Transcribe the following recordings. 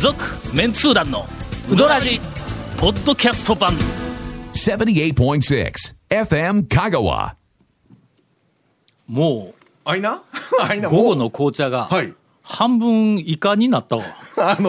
続メンツー団のウドラジポッドキャスト版 78.6 FM 香川。 もあいなう午後の紅茶がはい半分以下になったわ。こ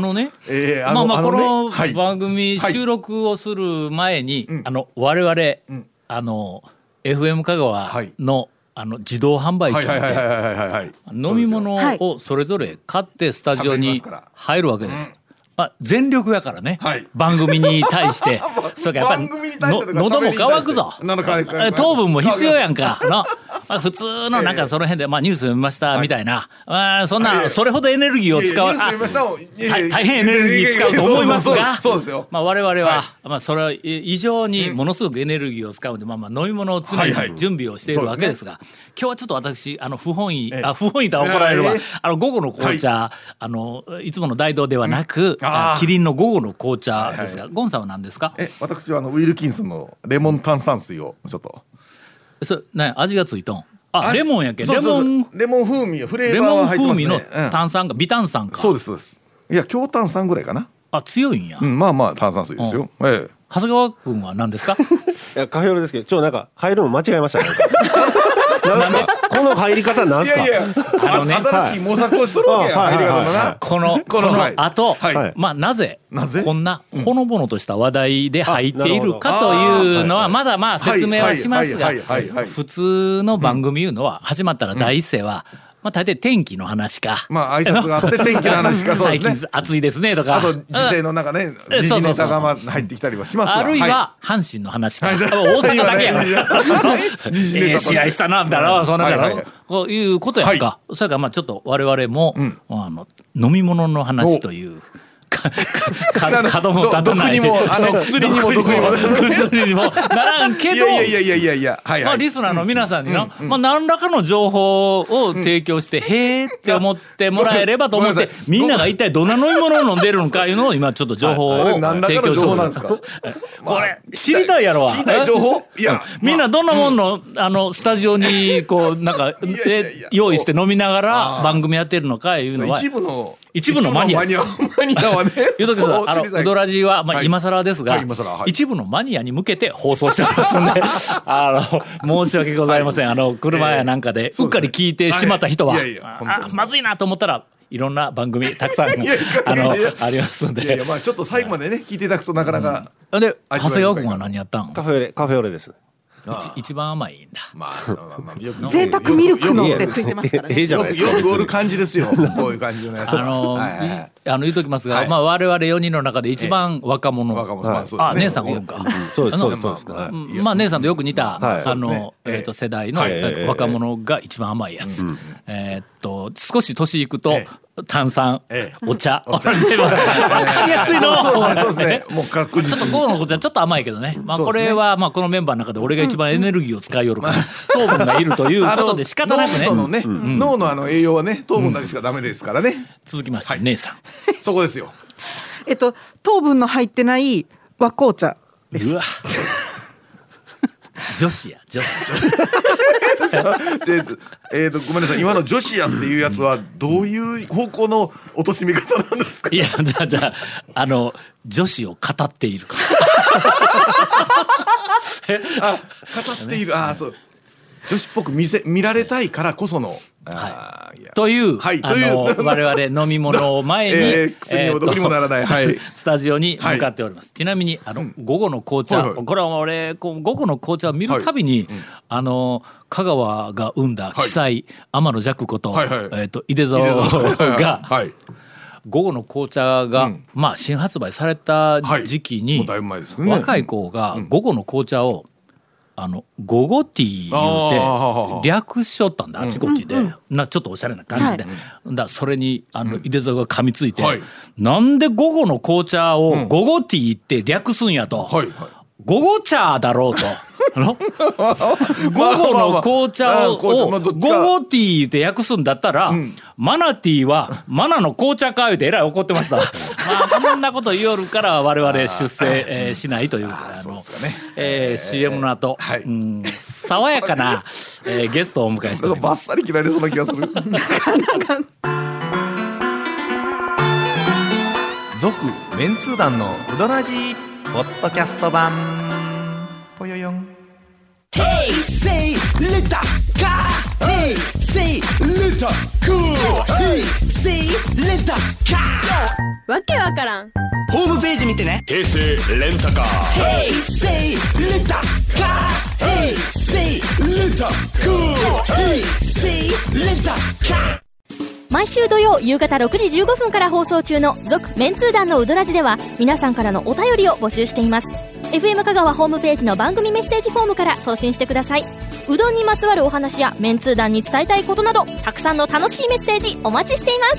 の番組収録をする前に、我々、FM 香川の、自動販売機で飲み物をそれぞれ買ってスタジオに入るわけです。全力やからね、番組に対してそれからやっぱり喉も渇くぞ、糖分も必要やんかの普通のなんかその辺で、ニュース読みましたみたいな、そんなそれほどエネルギーを使う、大変エネルギー使うと思いますが、我々は、それ以上にものすごくエネルギーを使うんで、飲み物を常に準備をしているわけですが、今日はちょっと私不本意とは怒られるわ。午後の紅茶、いつもの大道ではなくキリンの午後の紅茶ですが、ゴンさんは何ですか？ 私はウィルキンスのレモン炭酸水をちょっと。 それね、味がついとん。レモンやけん。レモン風味フレーバーが入ってますね。 レモン風味の炭酸が微炭酸か。 そうですそうです。いや強炭酸ぐらいかな。 強いんや。 炭酸水ですよ。 長谷川君は何ですか？ いやカフェオレですけど、なんか入るの間違えましたね。なんですかこの入り方なんですか？ 新しい模索をしとるわけや、入り方のな。 この後、なぜこんなほのぼのとした話題で入っているかというのはまだ説明はしますが、普通の番組いうのは始まったら第一声は大体天気の話か、 挨拶があって天気の話か、そうですね、 最近暑いですねとか、 あと時勢の中ね、時事ネタが入ってきたりはしますが、 あるいは阪神の話か、大阪だけや試合したなみたいな、そんなこういうことやんか。それからちょっと我々も飲み物の話という角も立たない、 毒にも薬にも毒にもならんけど、リスナーの皆さんに何らかの情報を提供してへーって思ってもらえればと思って、みんなが一体どんな飲み物を飲んでるのかいうのを今ちょっと情報を提供してるんですか。これ知りたいやろわ。 聞きたい情報、 みんなどんなもんのスタジオにこうなんか用意して飲みながら番組やってるのかいうのは一部のマニアはね、言うときさ、ウドラジは今更ですが、一部のマニアに向けて放送しておりますので申し訳ございません。車やなんかでうっかり聞いてしまった人はまずいなと思ったら、いろんな番組たくさんありますので、 ちょっと最後までね聞いていただくとなかなか。 で長谷川君は何やったん？ カフェオレです。 一番甘いんだ。 贅沢ミルクのってついてますからね。 よくおる感じですよ。こういう感じのやつ。 言うときますが、我々4人の中で一番若者。姉さんおるんか。 そうです。 姉さんとよく似た世代の若者が一番甘いやつ。少し年いくと炭酸、お茶、分かりやすいの。 そうですね。もう確実に。 ちょっと午後の紅茶ちょっと甘いけどね。これはこのメンバーの中で俺が一番エネルギーを使いよるから、糖分がいるということで仕方なくね。 脳の栄養はね、糖分だけしかダメですからね。 続きまして姉さん。 そこですよ。 糖分の入ってない和紅茶です。 うわ。女子や女子。 ごめんなさい、今の女子やっていうやつはどういう方向の貶としめ方なんですか？ いやじゃあ女子を語っているか。 語っている。そう女子っぽく見られたいからこその。 という我々飲み物を前に薬にも毒にもならないスタジオに向かっております。ちなみに午後の紅茶、これは俺午後の紅茶を見るたびに香川が生んだ奇才天野寂こと井出沢が午後の紅茶が新発売された時期に若い子が午後の紅茶を午後ティー言うて略しよったんだ、あちこちで、ちょっとおしゃれな感じで、それに井出沢が噛みついて、なんで午後の紅茶を午後ティーって略すんやと、午後茶だろうと午後の紅茶を午後ティーって訳すんだったら、マナティーはマナの紅茶か言うてえらい怒ってました。こんなこと言いよるから我々出世しないというCM の後、爽やかなゲストをお迎えしております。 バッサリ切られそうな気がする。 メンツー団のウドラジーポッドキャスト版ぽよよん。 Hey, say, let that car. Hey, say, let that cool. Hey, say, let that car. わけわからん。 ホームページ見てね。 平成レンタカー。 Hey, say, let that car. Hey, say, let that cool. Hey, say, let that car. 毎週土曜夕方6時15分から放送中の続メンツー団のウドラジでは皆さんからのお便りを募集しています。 FM 香川ホームページの番組メッセージフォームから送信してください。うどんにまつわるお話やメンツー団に伝えたいことなどたくさんの楽しいメッセージお待ちしています。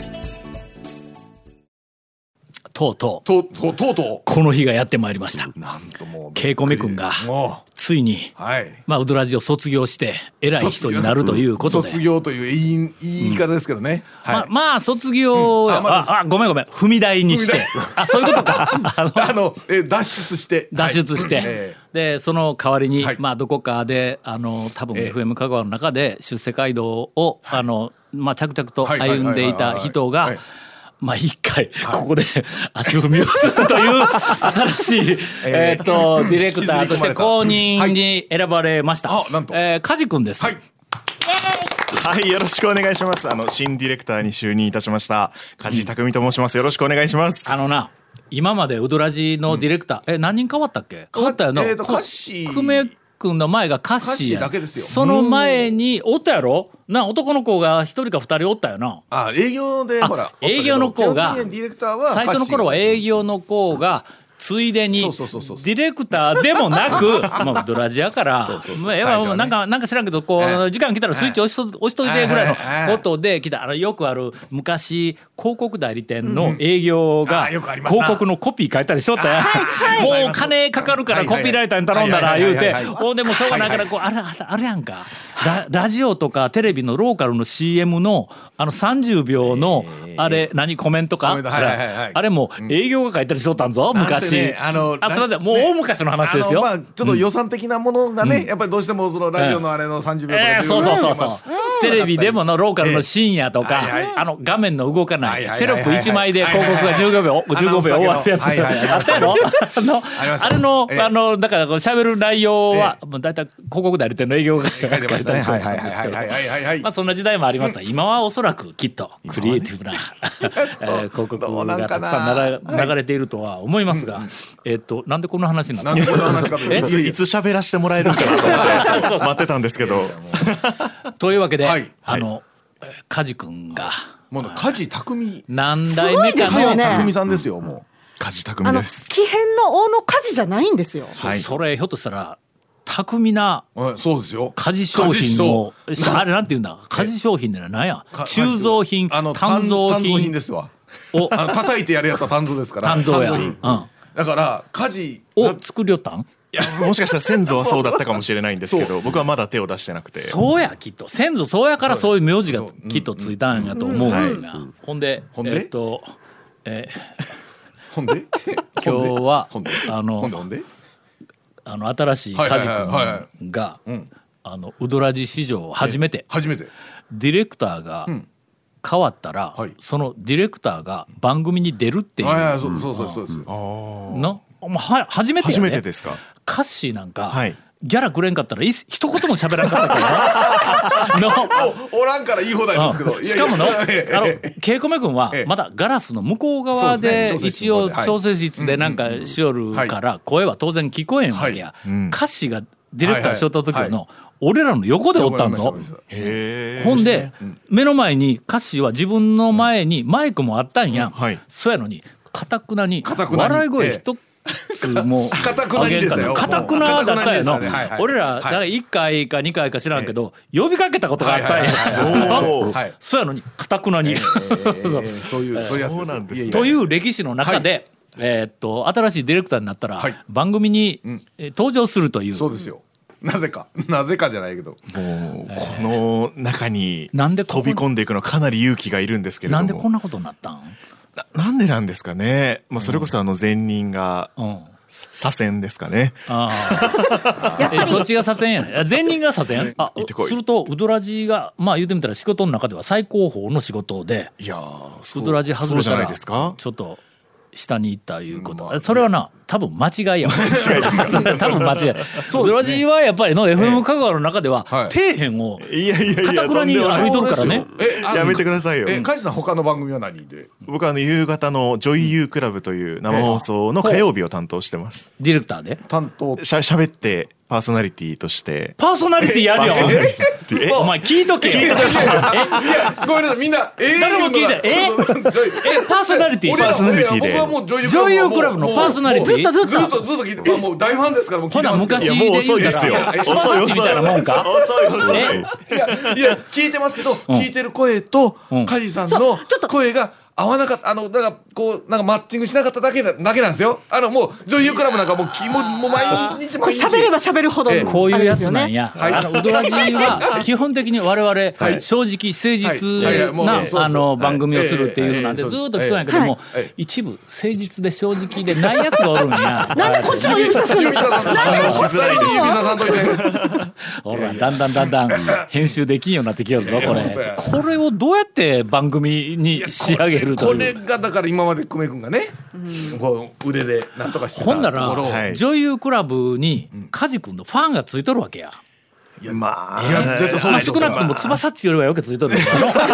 とうとうこの日がやってまいりました。 なんともうケイコメ君がついに、まあウドラジを卒業して偉い人になるということで、 卒業という言い方ですけどね、 まあ卒業や、ごめん踏み台にしてそういうことか脱出してでその代わりに、まあどこかで多分 FM 香川の中で出世街道をまあ着々と歩んでいた人がまあ一回ここで足踏みをするという新しいディレクターとして公認に選ばれました。梶君です。 はい、よろしくお願いします。新ディレクターに就任いたしました梶匠と申します。よろしくお願いします。 今までウドラジのディレクター何人変わったっけ？変わったよな。久米君の前がカッシーや。その前におったやろな、男の子が一人か二人おったよな。 営業でほら営業の子が最初の頃は営業の子がついでにディレクターでもなくまあドラジやからなんか知らんけどこう時間来たらスイッチ押しといてぐらいのことで来た。よくある昔広告代理店の営業が広告のコピー書いたりしとったや。もう金かかるからコピーライターに頼んだら言うて、でもしょうがないからこうあれやんか、ラジオとかテレビのローカルの CM の30秒のあれコメントかあれも営業が書いたりしとったんぞ昔。それでもう大昔の話ですよ。 ちょっと予算的なものがね、やっぱりどうしてもそのラジオのあれの30秒とかそうテレビでものローカルの深夜とか画面の動かないテロップ1枚で広告が15秒終わるやつあったやろ。あれのだから喋る内容はだいたい広告代理店の営業が書いてましたね。まあそんな時代もありました。今はおそらくきっとクリエイティブな広告がたくさん流れているとは思いますが、なんでこんな話になったの？ いつ喋らせてもらえるかなと思って待ってたんですけどというわけで梶君が梶匠何代目かの梶匠さんですよ。もう梶匠です。 木偏の王の梶じゃないんですよ。 それひょっとしたら巧みな家事商品のあれなんて言うんだ、家事商品で何や、鋳造品鍛造品ですわ。叩いてやるやつは鍛造ですから。 鍛造や。 だから家事を作りよったん？ いや、もしかしたら先祖はそうだったかもしれないんですけど僕はまだ手を出してなくて。 そうや、きっと先祖そうやからそういう名字がきっとついたんやと思うんだ。ほんで今日は新しい梶君がウドラジ史上初めてディレクターが変わったらそのディレクターが番組に出るっていうの初めてやね。 初めてですか。 カッシーなんかギャラくれんかったら一言も喋らんかったからおらんから言い放題ですけど、 しかもケイコメ君はまだガラスの向こう側で一応調整室でなんかしよるから声は当然聞こえんわけや。カッシーがディレクターしよった時の俺らの横でおったんぞ。ほんで目の前にカッシーは自分の前にマイクもあったんや。そうやのに固くなに笑い声一もう固くなにですよ。 固くなだったやの。俺ら1回か2回か知らんけど呼びかけたことがあったんや。そうやのに固くなにそういうやつなんです。 という歴史の中で新しいディレクターになったら番組に登場するという。 そうですよ。なぜかじゃないけど、 もうこの中に飛び込んでいくのかなり勇気がいるんですけれども、 なんでこんなことになったん？ なんでなんですかね。まあそれこそ前任が左遷ですかね。 どっちが左遷やねん。前任が左遷。するとウドラジがまあ言ってみたら仕事の中では最高峰の仕事で、 いやウドラジ外れたらちょっと下に行ったいうこと、それはな多分間違いや多分間違い。ウドラジはやっぱりの FM 香川の中では底辺をかたくなに歩いとるからね。 やめてくださいよ。 梶さん他の番組は何で？ 僕は夕方のジョイユークラブという生放送の火曜日を担当してます。 ディレクターで担当喋ってパーソナリティとしてパーソナリティやるよ。お前聞いとけよ。 ごめんなさいみんな誰も聞いてパーソナリティ僕はもうジョイユークラブのパーソナリティずっと聞いてもう大ファンですからもう聞いてます。 昔で言うたらスパサッチみたいなもんか。 いや聞いてますけど聞いてる声と梶さんの声が合わなかっただからこうなんかマッチングしなかっただけなんですよ。もう女優クラブなんかもう毎日喋れば喋るほどこういうやつなんや。ウドラジは基本的に我々正直誠実な番組をするっていうのなんでずっと来たんやけども、一部誠実で正直でないやつがおるんや。 なんでこっちも指さすんですか。 ほらだんだん編集できんようになってきよるぞこれ。これをどうやって番組に仕上げる。 これがだから今まで久米君がね、こう腕でなんとかしてたほんなら女優クラブに梶君のファンがついとるわけや。 いや絶対そうでしょ。 少なくとも翼っちよりはよくついとるフ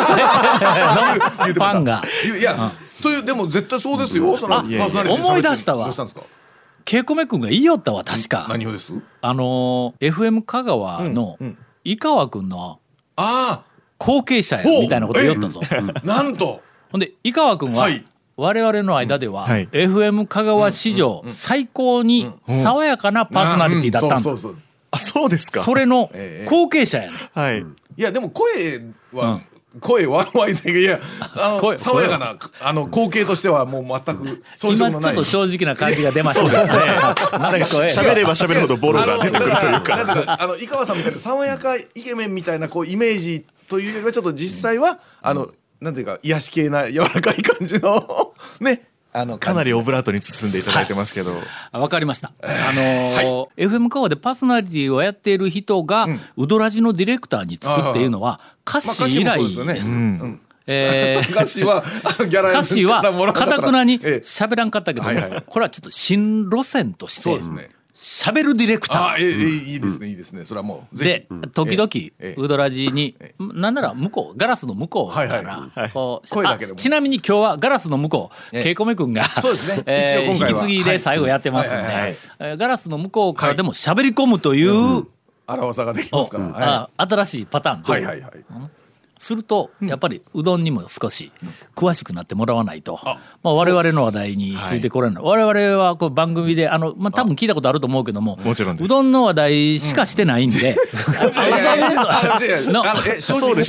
ァンが。 いやというでも絶対そうですよ。 思い出したわ。ケイコメ君が言いよったわ確か。 何をです？ FM 香川の井川君の後継者やみたいなこと言おったぞ。 なんと。 ほんで井川君は我々の間では FM 香川史上最高に爽やかなパーソナリティだったんだ。 そうですか。 それの後継者やね。 いやでも声はいや爽やかな光景としてはもう全く遜色のない。 今ちょっと正直な感じが出ましたですね。 喋れば喋るほどボロが出てくるというか。 井川さんみたいな爽やかイケメンみたいなこうイメージというよりはちょっと実際はなんていうか癒し系な柔らかい感じのねかなりオブラートに包んでいただいてますけど。 わかりました。FM 香川でパーソナリティをやっている人がウドラジのディレクターにつくっていうのは歌詞以来です。 歌詞はかたくなに喋らんかったけども、これはちょっと新路線として喋るディレクター。 いいですねそれはもうで時々ウドラジになんなら向こうガラスの向こうからちなみに今日はガラスの向こうケイコメ君が引き継ぎで最後やってますんで、ガラスの向こうからでも喋り込むという荒さができますから新しいパターンでするとやっぱりうどんにも少し詳しくなってもらわないと、我々の話題についてこれない。我々はこう番組で多分聞いたことあると思うけども、うどんの話題しかしてないんで、 正直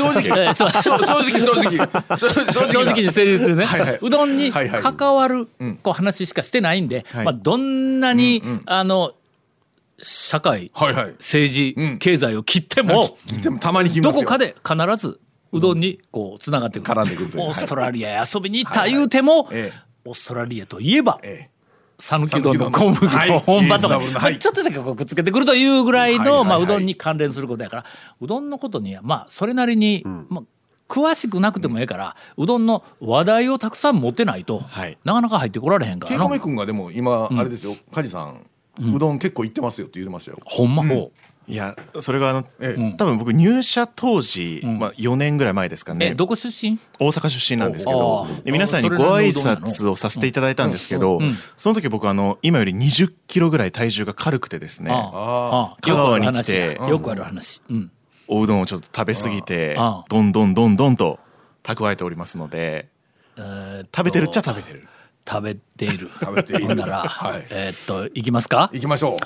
に誠実にね、うどんに関わるこう話しかしてないんで、どんなに社会政治経済を切ってもどこかで必ずうどんにこうつながってくる。オーストラリアへ遊びに行った言うても、オーストラリアといえば讃岐うどんの小麦の本場とかちょっとだけこうくっつけてくるというぐらいのうどんに関連することやから、うどんのことにはそれなりに詳しくなくてもええから、うどんの話題をたくさん持ってないとなかなか入ってこられへんから。 ケイコメ君がでも今あれですよ、梶さんうどん結構行ってますよって言ってましたよ。 ほんま。 いやそれが多分僕入社当時、4年ぐらい前ですかね。 どこ出身？ 大阪出身なんですけど、皆さんにご挨拶をさせていただいたんですけど、その時僕今より20キロぐらい体重が軽くてですね、香川に来てよくある話、 おうどんをちょっと食べ過ぎてどんどんと蓄えておりますので、食べてるっちゃ食べてる。 食べている。ほんならいきますか。 行きましょう。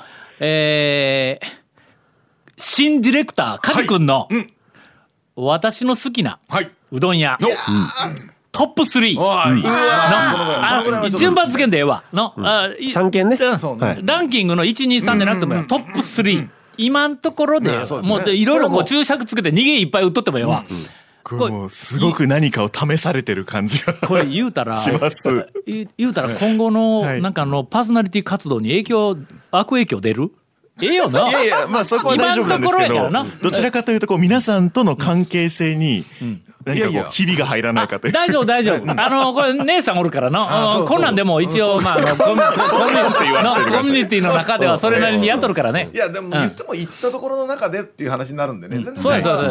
新ディレクター梶君の私の好きなうどん屋トップ3の順番付けんでええわの 3件ね。 ランキングの 1,2,3 でなくてもトップ3今のところでもういろいろ注釈つけて逃げいっぱい打っとってもええわ。 もうすごく何かを試されてる感じがこれ言うたら今後のなんかパーソナリティ活動に悪影響出る？よな。 いやそこは大丈夫なんですけど、どちらかというと皆さんとの関係性に何かこうひびが入らないかという。 大丈夫大丈夫。これ姉さんおるからな。こんなんでも一応まあコミュニティの中ではそれなりにやっとるからね。 いやでも言っても行ったところの中でっていう話になるんでね。 そうですそうです。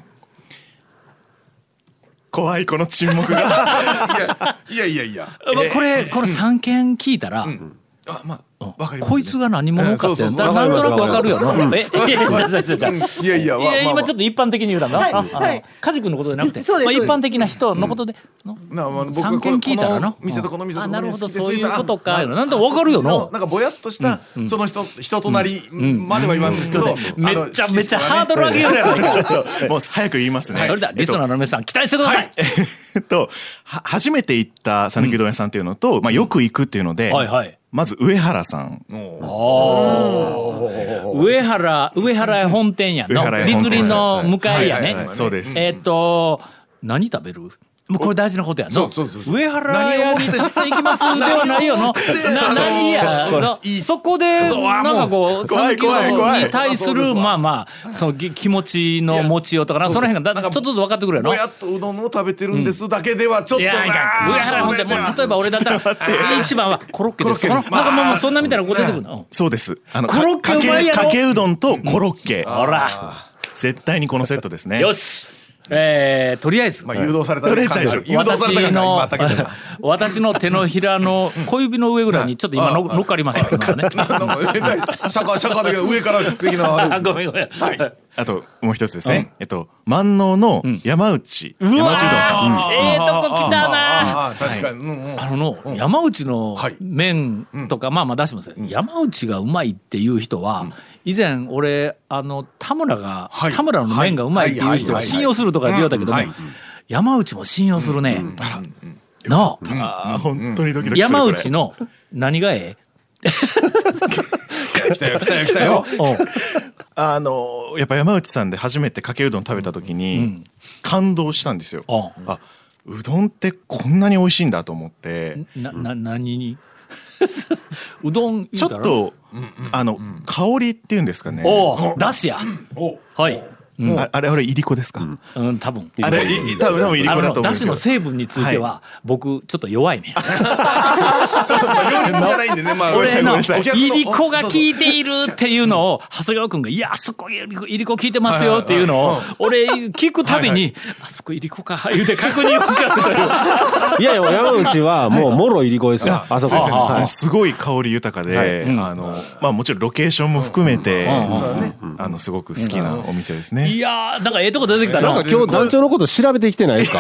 怖いこの沈黙が。 いや。 これ3件聞いたら。 まあわかりますね。 こいつが何者かってなんとなくわかるよな。いや今ちょっと一般的に言うたな。カジ君のことじゃなくて、一般的な人のことで3件聞いたらな。 店とこの店とこの店。 なるほどそういうことか。なんとわかるよな。 なんかぼやっとしたその人となりまでは言わんですけど、 めちゃハードル上げようやろ。 もう早く言いますね。 それではリスナーの皆さん期待してください。 初めて行った讃岐うどん屋さんっていうのと、よく行くっていうので。まず上原さん。 上原本店やの。立林の向かいやね。 そうです。 何食べる？もうこれ大事なことやの。上原屋にたくさん行きますではないよの。何やの。そこでなんかこう讃岐うどんに対するまあその気持ちの持ちようとかな、その辺がちょっとずつ分かってくるやろ。 ぼやっとうどんを食べてるんですだけではちょっと上原本店も例えば俺だったら一番はコロッケです。なんかもうそんなみたいなこと出てくるの。 そうです。 コロッケうまいやろ。 かけうどんとコロッケ。 ほら。 絶対にこのセットですね。 よし。とりあえず誘導されたら私の手のひらの小指の上ぐらいにちょっと今乗っかりましたね。 シャカだけど上から的なあれです。 ごめん。 あともう一つですね。万能の山内うどんさん。 とこ来たな。 確かに。 山内の麺とかまあ出しますよ。山内がうまいっていう人は。以前俺田村の麺がうまいっていう人は信用するとか言うたけども、山内も信用するね。なあ本当にドキドキする。 山内の何がええ？ 来たよ。 やっぱ山内さんで初めてかけうどん食べた時に感動したんですよ。うどんってこんなに美味しいんだと思って。 何に？うどんちょっと香りっていうんですかね。 だしや。はい。 あれいりこですか？ 多分。 あれ多分いりこだと思う。 だしの成分については僕ちょっと弱いね。俺のいりこが効いているっていうのを長谷川君がいやあそこいりこ効いてますよっていうのを俺聞くたびにあそこいりこか言うて確認をしちゃうという。 いや山内はもうもろいりこですよ。あそこすごい香り豊かで、もちろんロケーションも含めてすごく好きなお店ですね。 いやなんかええとこ出てきたな。 なんか今日団長のこと調べてきてないですか？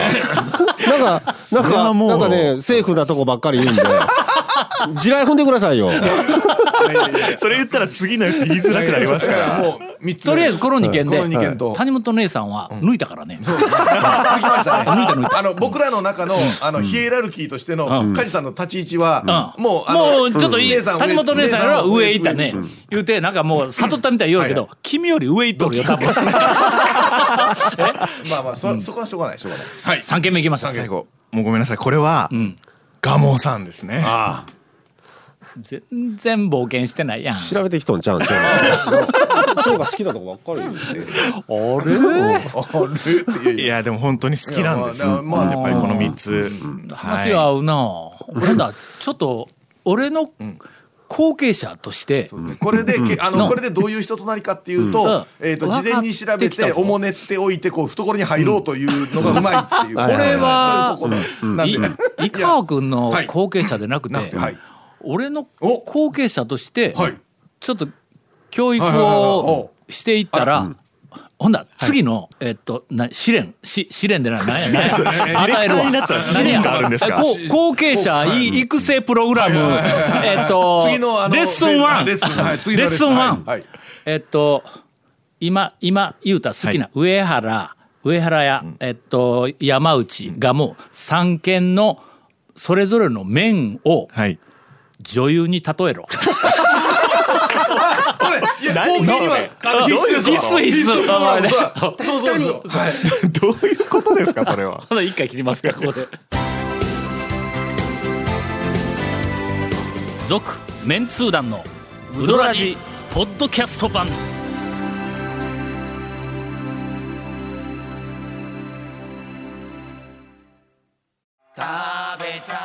なんかねセーフなとこばっかり言うんで地雷踏んでくださいよ。 それ言ったら次のやつ言いづらくなりますから。 もうとりあえずこの2件で谷本姉さんは抜いたからね。 抜きましたね。僕らの中のヒエラルキーとしての梶さんの立ち位置はもうちょっと谷本姉さんは上行ったね言うてなんかもう悟ったみたいに言うけど君より上行っとるよ多分。 そこはしょうがない。 はい3件目いきましょう。 最後もうごめんなさいこれは蒲生さんですね。 全然冒険してないやん。 調べてきとんちゃうん。今が好きなとこばっかり。 あれいやでも本当に好きなんです。やっぱりこの3つ話は合うな。俺だちょっと俺の後継者としてこれでどういう人となりかっていうと事前に調べておもねっておいてこう懐に入ろうというのがうまいっていう。 これは井川君の後継者でなくて俺の後継者としてちょっと教育をしていったらほんだ次の試練で何や与えるわ試練があるんですか。 後継者育成プログラム次のレッスン1今言うた好きな上原や山内がもう3件のそれぞれの面を女優に例えろ。 何の必須そうどういうことですかそれは。 一回切りますかここで。続メンツー団のウドラジポッドキャスト版。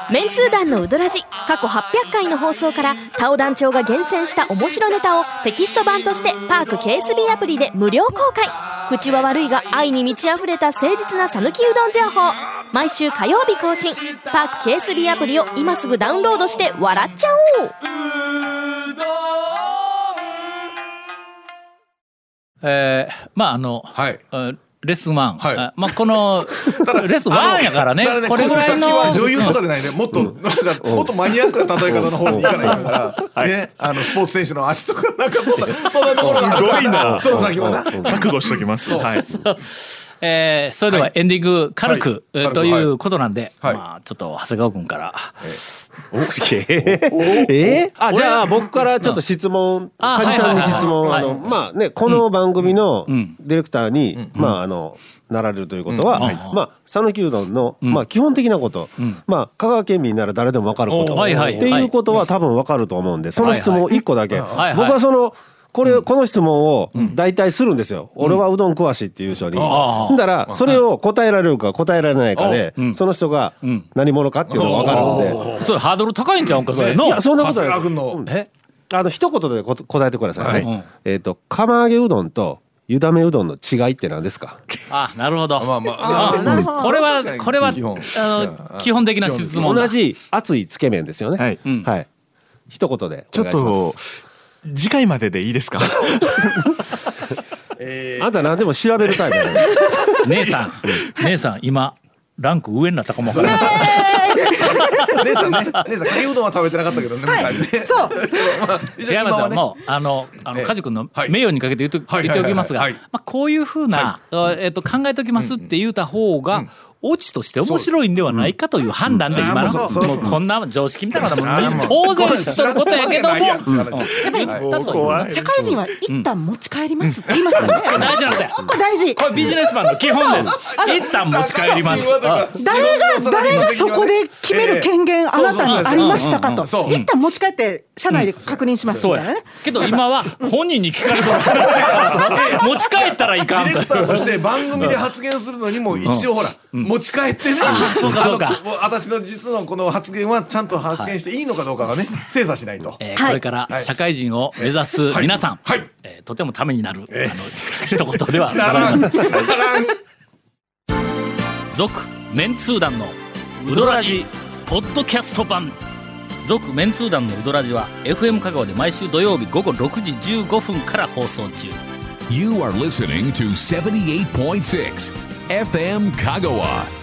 メンツー団のウドラジ過去800回の放送からタオ団長が厳選した面白ネタをテキスト版としてパーク KSB アプリで無料公開。口は悪いが愛に満ち溢れた誠実な讃岐うどん情報、毎週火曜日更新。パーク KSB アプリを今すぐダウンロードして笑っちゃおう。 レッスン1、まあこのレッスン1やからね、これぐらいの女優とかでないね、もっとマニアックな例え方の方に行かないからね、スポーツ選手の足とかなんかそんなところがあるから、すごいな、その先はな覚悟しときます。はい。 それではエンディング軽くということなんで、まあちょっと長谷川君から。 じゃあ僕からちょっと質問、梶さんに質問、まあね、この番組のディレクターになられるということは、まあ讃岐うどんのまあ基本的なこと、まあ香川県民なら誰でも分かることっていうことは多分分かると思うんで、その質問1個だけ、僕はそのこの質問を大体するんですよ。俺はうどん詳しいっていう人に。だからそれを答えられるか答えられないかで、その人が何者かっていうのが分かるので。 それハードル高いんちゃうんかそれの。 いやそんなことない。一言で答えてくださいね。釜揚げうどんと湯だめうどんの違いって何ですか？ なるほど。これは基本的な質問だ。 同じ熱いつけ麺ですよね。はい。一言でお願いします。 次回まででいいですか？ あんた何でも調べるタイプだね。 姉さん今ランク上になったかもわからない。 姉さんかけうどんは食べてなかったけどね。 そう。 違いますよ。もう梶君の名誉にかけて言っておきますが、こういうふうな考えておきますって言うた方がオチとして面白いんではないかという判断で今のこんな常識みたいなことも当然知っとることやけども、 やっぱり社会人は一旦持ち帰りますって言いますよね。 大事なんだよ。 これ大事。 これビジネスマンの基本です。一旦持ち帰ります。 誰がそこで決める権限あなたにありましたかと。一旦持ち帰って社内で確認しますみたいなね。 けど今は本人に聞かれたら持ち帰ったらいかんと。 ディレクターとして番組で発言するのにも一応ほら持ち帰ってね、私の実のこの発言はちゃんと発言していいのかどうかがね、精査しないと。これから社会人を目指す皆さん、とてもためになる一言ではございません。続メンツー団のウドラジポッドキャスト版。続メンツー団のウドラジは FM 香川で毎週土曜日午後6時15分から放送中。 You are listening to 78.6 FM Kagawa.